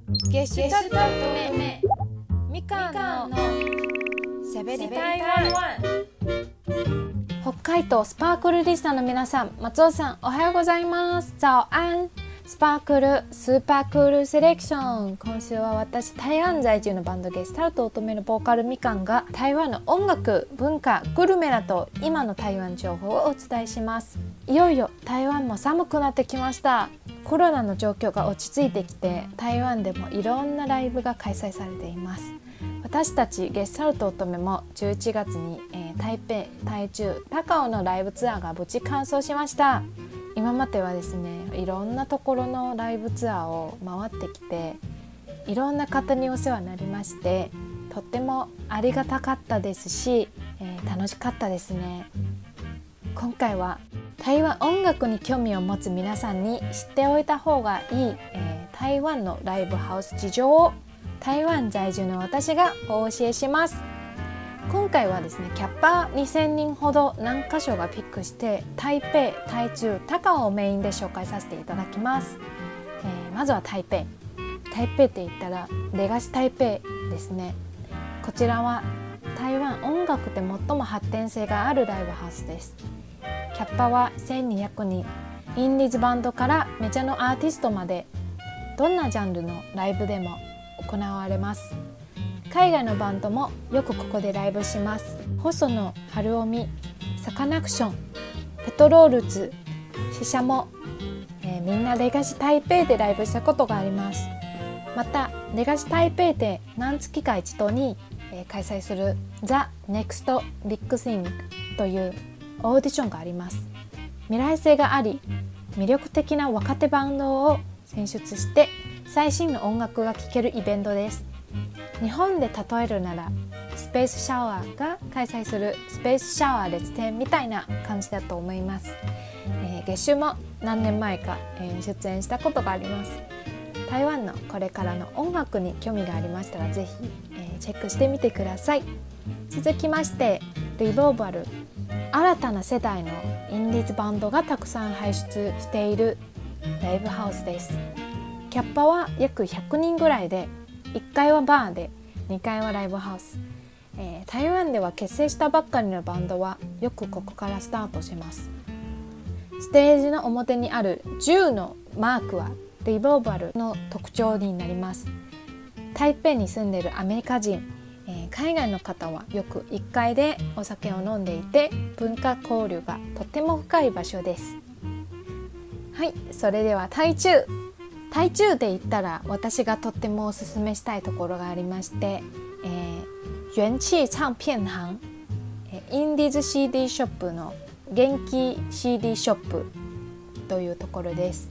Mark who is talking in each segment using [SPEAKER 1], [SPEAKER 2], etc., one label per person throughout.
[SPEAKER 1] ゲシュタルト目みかんのしゃべり台湾。北海道スパークルリスナーの皆さん、松尾さんおはようございます。早安。スパークルスーパークールセレクション。今週は私、台湾在住のバンドゲスタルトを務めるボーカルみかんが台湾の音楽、文化、グルメなど今の台湾情報をお伝えします。いよいよ台湾も寒くなってきました。コロナの状況が落ち着いてきて、台湾でもいろんなライブが開催されています。私たちゲスタルト乙女も11月に、台北、台中、高雄のライブツアーが無事完走しました。今まではですね、いろんなところのライブツアーを回ってきて、いろんな方にお世話になりまして、とってもありがたかったですし、楽しかったですね。今回は台湾音楽に興味を持つ皆さんに知っておいた方がいい、台湾のライブハウス事情を台湾在住の私がお教えします。今回はですね、キャッパー2000人ほど何箇所がピックして、台北、台中、高雄をメインで紹介させていただきます。まずは台北。台北って言ったらレガシ台北ですね。こちらは台湾音楽で最も発展性があるライブハウスです。キャッパは1200人、インディーズバンドからメジャーのアーティストまで、どんなジャンルのライブでも行われます。海外のバンドもよくここでライブします。細野晴臣、サカナクション、ペトロールズ、シシャモ、みんなレガシ台北でライブしたことがあります。またレガシ台北で何月か一度に、開催する The Next Big Thing というオーディションがあります。未来性があり魅力的な若手バンドを選出して最新の音楽が聴けるイベントです。日本で例えるならスペースシャワーが開催するスペースシャワー列展みたいな感じだと思います。月収も何年前か、出演したことがあります。台湾のこれからの音楽に興味がありましたらぜひ、チェックしてみてください。続きましてリボーバル、新たな世代のインディーズバンドがたくさん輩出しているライブハウスです。キャッパは約100人ぐらいで、1階はバーで2階はライブハウス。台湾では結成したばっかりのバンドはよくここからスタートします。ステージの表にある10のマークはリボーバルの特徴になります。台北に住んでいるアメリカ人、海外の方はよく1階でお酒を飲んでいて、文化交流がとても深い場所です。はい、それでは台中で言ったら私がとってもおすすめしたいところがありまして、元氣唱片行、インディーズ CD ショップの元気 CD ショップというところです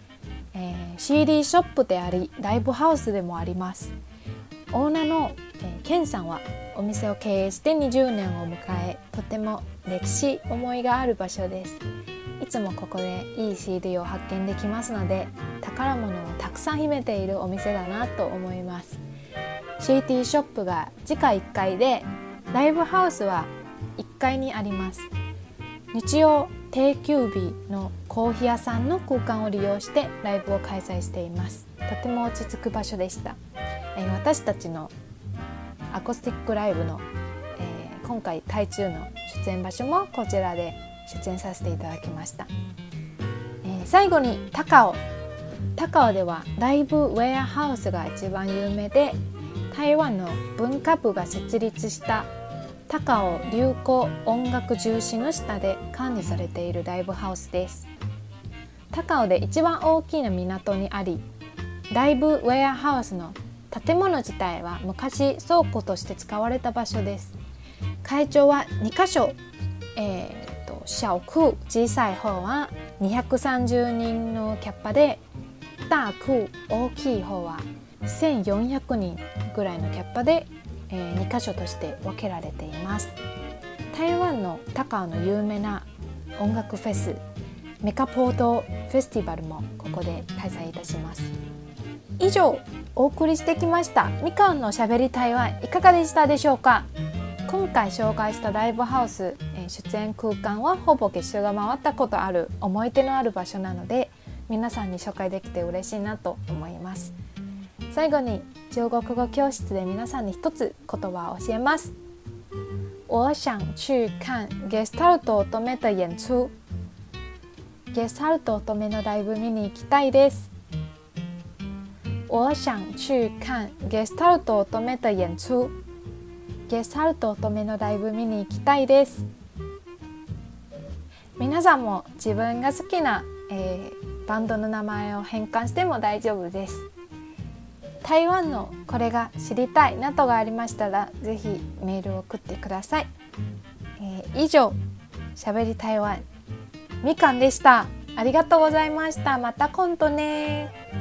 [SPEAKER 1] 。CD ショップでありライブハウスでもあります。オーナーの、ケンさんはお店を経営して20年を迎え、とても歴史思いがある場所です。いつもここでいい CD を発見できますので、宝物をたくさん秘めているお店だなと思います。 CD ショップが地下1階で、ライブハウスは1階にあります。日曜定休日のコーヒー屋さんの空間を利用してライブを開催しています。とても落ち着く場所でした。私たちのアコースティックライブの、今回台中の出演場所もこちらで出演させていただきました。最後に高雄ではライブウェアハウスが一番有名で、台湾の文化部が設立した高雄流行音楽重視の下で管理されているライブハウスです。高雄で一番大きな港にあり、ライブウェアハウスの建物自体は昔倉庫として使われた場所です。会場は2カ所、小空小さい方は230人のキャッパで、大空大きい方は1400人ぐらいのキャッパで、2カ所として分けられています。台湾の高雄の有名な音楽フェス、メカポートフェスティバルもここで開催いたします。以上お送りしてきましたみかんのしゃべり台湾、いかがでしたでしょうか。今回紹介したライブハウス、出演空間はほぼ月収が回ったことある思い出のある場所なので、皆さんに紹介できて嬉しいなと思います。 最後に中国語教室で皆さんに一つ言葉を教えます。我想去看ゲスタルト乙女的演出。ゲスタルト乙女のライブ見に行きたいです。我想去看ゲスタルト乙女的演出。ゲスタルト乙女のライブ見に行きたいです。皆さんも自分が好きな、バンドの名前を変換しても大丈夫です。台湾のこれが知りたいなどがありましたらぜひメールを送ってください。以上、しゃべり台湾みかんでした。ありがとうございました。また今度ね。